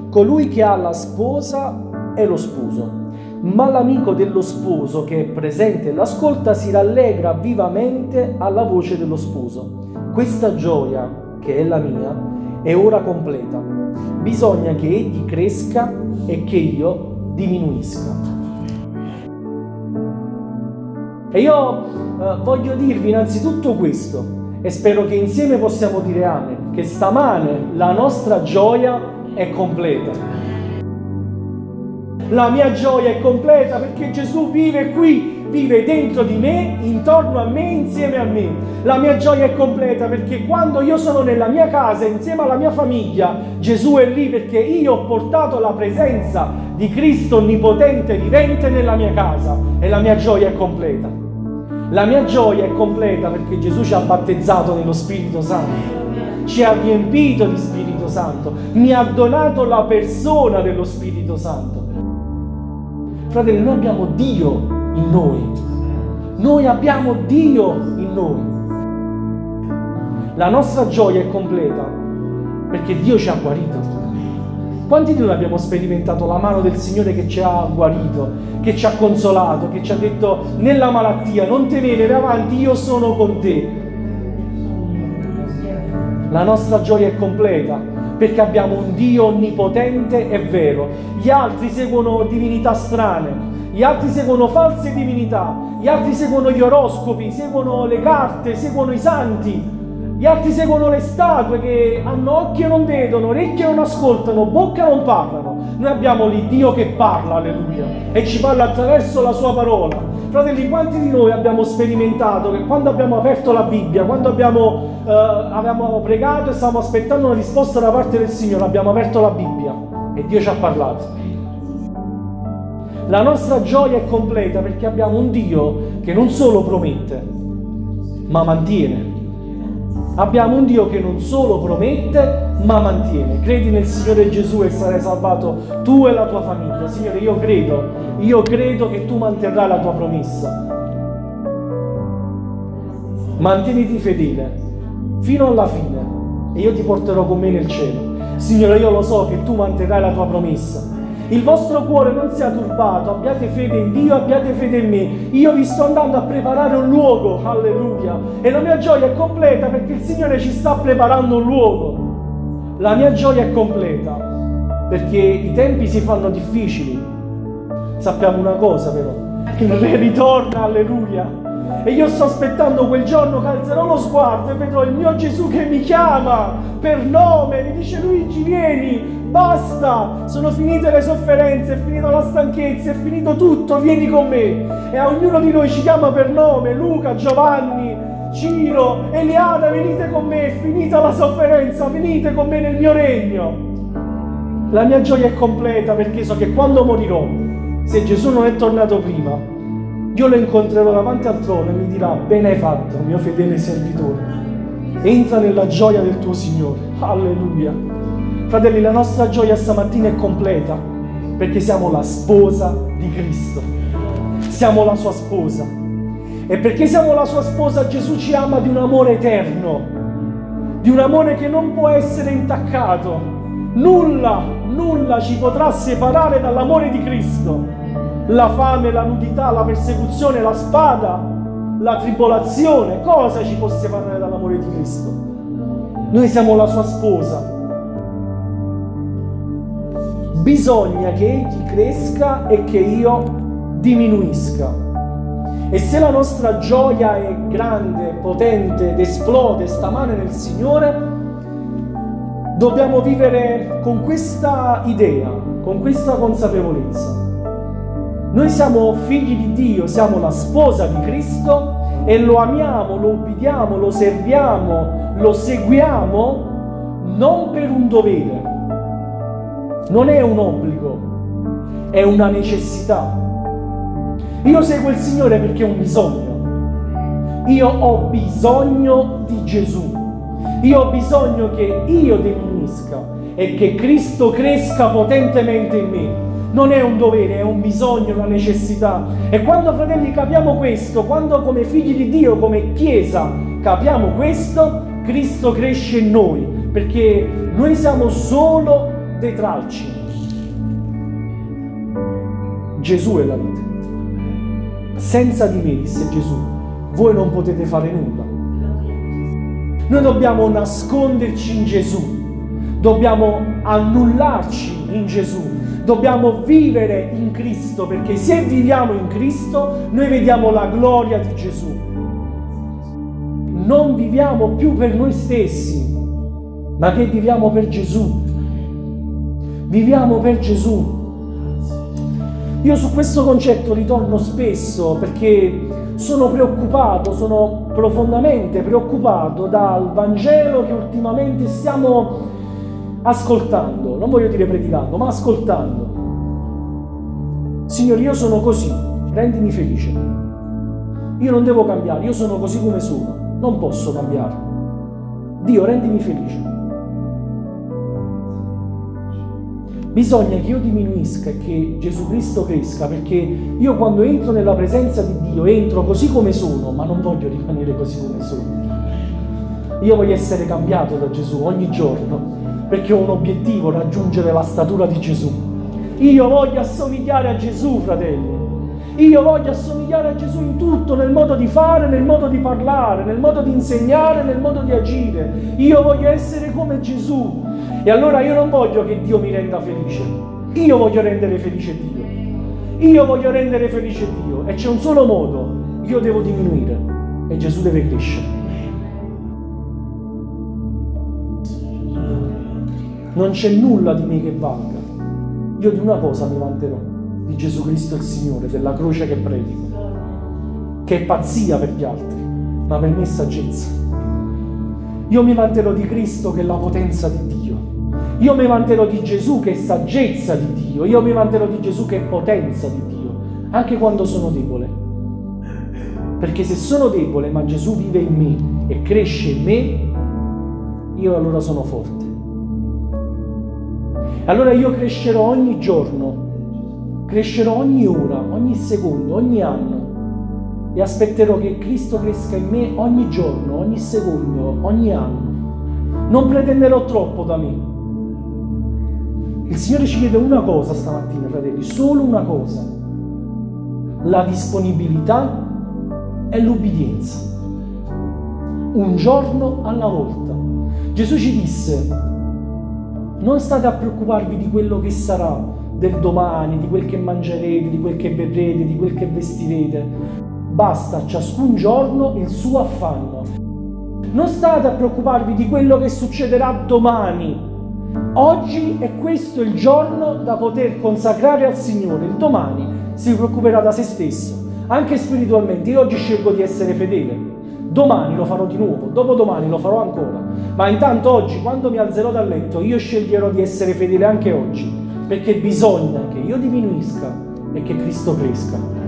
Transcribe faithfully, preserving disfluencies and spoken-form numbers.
colui che ha la sposa è lo sposo, ma l'amico dello sposo che è presente e l'ascolta si rallegra vivamente alla voce dello sposo. Questa gioia, che è la mia, è ora completa. Bisogna che egli cresca e che io diminuisca. E io eh, voglio dirvi innanzitutto questo, e spero che insieme possiamo dire amen, che stamane la nostra gioia è completa. La mia gioia è completa perché Gesù vive qui, vive dentro di me, intorno a me, insieme a me. La mia gioia è completa perché quando io sono nella mia casa, insieme alla mia famiglia, Gesù è lì perché io ho portato la presenza di Cristo onnipotente vivente nella mia casa e la mia gioia è completa. La mia gioia è completa perché Gesù ci ha battezzato nello Spirito Santo, ci ha riempito di Spirito Santo, mi ha donato la persona dello Spirito Santo. Fratelli, noi abbiamo Dio in noi. Noi abbiamo Dio in noi. La nostra gioia è completa perché Dio ci ha guarito. Quanti di noi abbiamo sperimentato la mano del Signore che ci ha guarito, che ci ha consolato, che ci ha detto nella malattia: non temere, avanti, io sono con te. La nostra gioia è completa perché abbiamo un Dio onnipotente e vero. Gli altri seguono divinità strane, gli altri seguono false divinità, gli altri seguono gli oroscopi, seguono le carte, seguono i santi, gli altri seguono le statue che hanno occhi e non vedono, orecchie e non ascoltano, bocca e non parlano. Noi abbiamo l'Iddio che parla, alleluia, e ci parla attraverso la sua parola. Fratelli, quanti di noi abbiamo sperimentato che quando abbiamo aperto la Bibbia, quando abbiamo, eh, abbiamo pregato e stavamo aspettando una risposta da parte del Signore, abbiamo aperto la Bibbia e Dio ci ha parlato? La nostra gioia è completa perché abbiamo un Dio che non solo promette, ma mantiene. Abbiamo un Dio che non solo promette, ma mantiene. Credi nel Signore Gesù e sarai salvato tu e la tua famiglia. Signore, io credo, io credo che tu manterrai la tua promessa. Mantieniti fedele fino alla fine e io ti porterò con me nel cielo. Signore, io lo so che tu manterrai la tua promessa. Il vostro cuore non sia turbato, abbiate fede in Dio, abbiate fede in me. Io vi sto andando a preparare un luogo, alleluia. E la mia gioia è completa perché il Signore ci sta preparando un luogo. La mia gioia è completa perché i tempi si fanno difficili. Sappiamo una cosa però, che il Re ritorna, alleluia. E io sto aspettando quel giorno che alzerò lo sguardo e vedrò il mio Gesù che mi chiama per nome, mi dice: Luigi, vieni. Basta, sono finite le sofferenze, è finita la stanchezza, è finito tutto, vieni con me. E a ognuno di noi ci chiama per nome: Luca, Giovanni, Ciro, Eliana, venite con me, è finita la sofferenza, venite con me nel mio regno. La mia gioia è completa perché so che quando morirò, se Gesù non è tornato prima, io lo incontrerò davanti al trono e mi dirà: bene hai fatto, mio fedele servitore, entra nella gioia del tuo Signore. Alleluia. Fratelli, la nostra gioia stamattina è completa perché siamo la sposa di Cristo. Siamo la sua sposa. E perché siamo la sua sposa, Gesù ci ama di un amore eterno, di un amore che non può essere intaccato. Nulla, nulla ci potrà separare dall'amore di Cristo. La fame, la nudità, la persecuzione, la spada, la tribolazione, cosa ci può separare dall'amore di Cristo? Noi siamo la sua sposa. Bisogna che egli cresca e che io diminuisca. E se la nostra gioia è grande, potente ed esplode stamane nel Signore, dobbiamo vivere con questa idea, con questa consapevolezza. Noi siamo figli di Dio, siamo la sposa di Cristo e lo amiamo, lo ubbidiamo, lo serviamo, lo seguiamo non per un dovere. Non è un obbligo, è una necessità. Io seguo il Signore perché ho un bisogno. Io ho bisogno di Gesù. Io ho bisogno che io diminuisca e che Cristo cresca potentemente in me. Non è un dovere, è un bisogno, una necessità. E quando, fratelli, capiamo questo, quando come figli di Dio, come Chiesa, capiamo questo, Cristo cresce in noi, perché noi siamo solo dei tralci. Gesù è la vita. Senza di me, disse Gesù, voi non potete fare nulla. Noi dobbiamo nasconderci in Gesù, dobbiamo annullarci in Gesù, dobbiamo vivere in Cristo, perché se viviamo in Cristo noi vediamo la gloria di Gesù. Non viviamo più per noi stessi, ma che viviamo per Gesù. Viviamo per Gesù. Io su questo concetto ritorno spesso perché sono preoccupato, sono profondamente preoccupato dal Vangelo che ultimamente stiamo ascoltando, non voglio dire predicando, ma ascoltando. Signore, io sono così, rendimi felice. Io non devo cambiare, io sono così come sono, non posso cambiare. Dio, rendimi felice. Bisogna che io diminuisca e che Gesù Cristo cresca, perché io quando entro nella presenza di Dio entro così come sono, ma non voglio rimanere così come sono. Io voglio essere cambiato da Gesù ogni giorno, perché ho un obiettivo, raggiungere la statura di Gesù. Io voglio assomigliare a Gesù, fratelli. Io voglio assomigliare a Gesù in tutto, nel modo di fare, nel modo di parlare, nel modo di insegnare, nel modo di agire. Io voglio essere come Gesù. E allora io non voglio che Dio mi renda felice. Io voglio rendere felice Dio. Io voglio rendere felice Dio. E c'è un solo modo. Io devo diminuire e Gesù deve crescere. Non c'è nulla di me che valga. Io di una cosa mi vanterò, di Gesù Cristo il Signore, della croce che predico, che è pazzia per gli altri, ma per me è saggezza. Io mi vanterò di Cristo che è la potenza di Dio. Io mi vanterò di Gesù che è saggezza di Dio. Io mi vanterò di Gesù che è potenza di Dio, anche quando sono debole. Perché se sono debole, ma Gesù vive in me e cresce in me, io allora sono forte. Allora io crescerò ogni giorno, crescerò ogni ora, ogni secondo, ogni anno e aspetterò che Cristo cresca in me ogni giorno, ogni secondo, ogni anno. Non pretenderò troppo da me. Il Signore ci chiede una cosa stamattina, fratelli, solo una cosa: la disponibilità e l'ubbidienza. Un giorno alla volta. Gesù ci disse: non state a preoccuparvi di quello che sarà, del domani, di quel che mangerete, di quel che berrete, di quel che vestirete. Basta a ciascun giorno il suo affanno. Non state a preoccuparvi di quello che succederà domani. Oggi è questo il giorno da poter consacrare al Signore. Il domani si preoccuperà da se stesso, anche spiritualmente. Io oggi scelgo di essere fedele. Domani lo farò di nuovo, dopodomani lo farò ancora. Ma intanto oggi, quando mi alzerò dal letto, io sceglierò di essere fedele anche oggi, perché bisogna che io diminuisca e che Cristo cresca.